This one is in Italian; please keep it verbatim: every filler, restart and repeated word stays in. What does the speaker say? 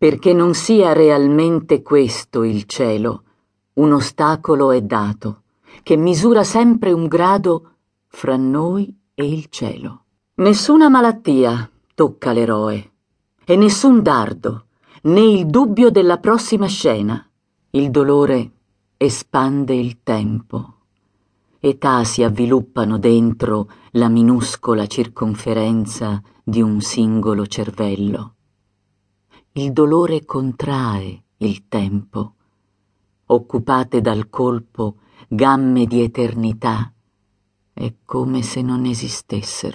Perché non sia realmente questo il cielo, un ostacolo è dato, che misura sempre un grado fra noi e il cielo. Nessuna malattia tocca l'eroe, e nessun dardo, né il dubbio della prossima scena. Il dolore espande il tempo. Età si avviluppano dentro la minuscola circonferenza di un singolo cervello. Il dolore contrae il tempo. Occupate dal colpo gamme di eternità, è come se non esistessero.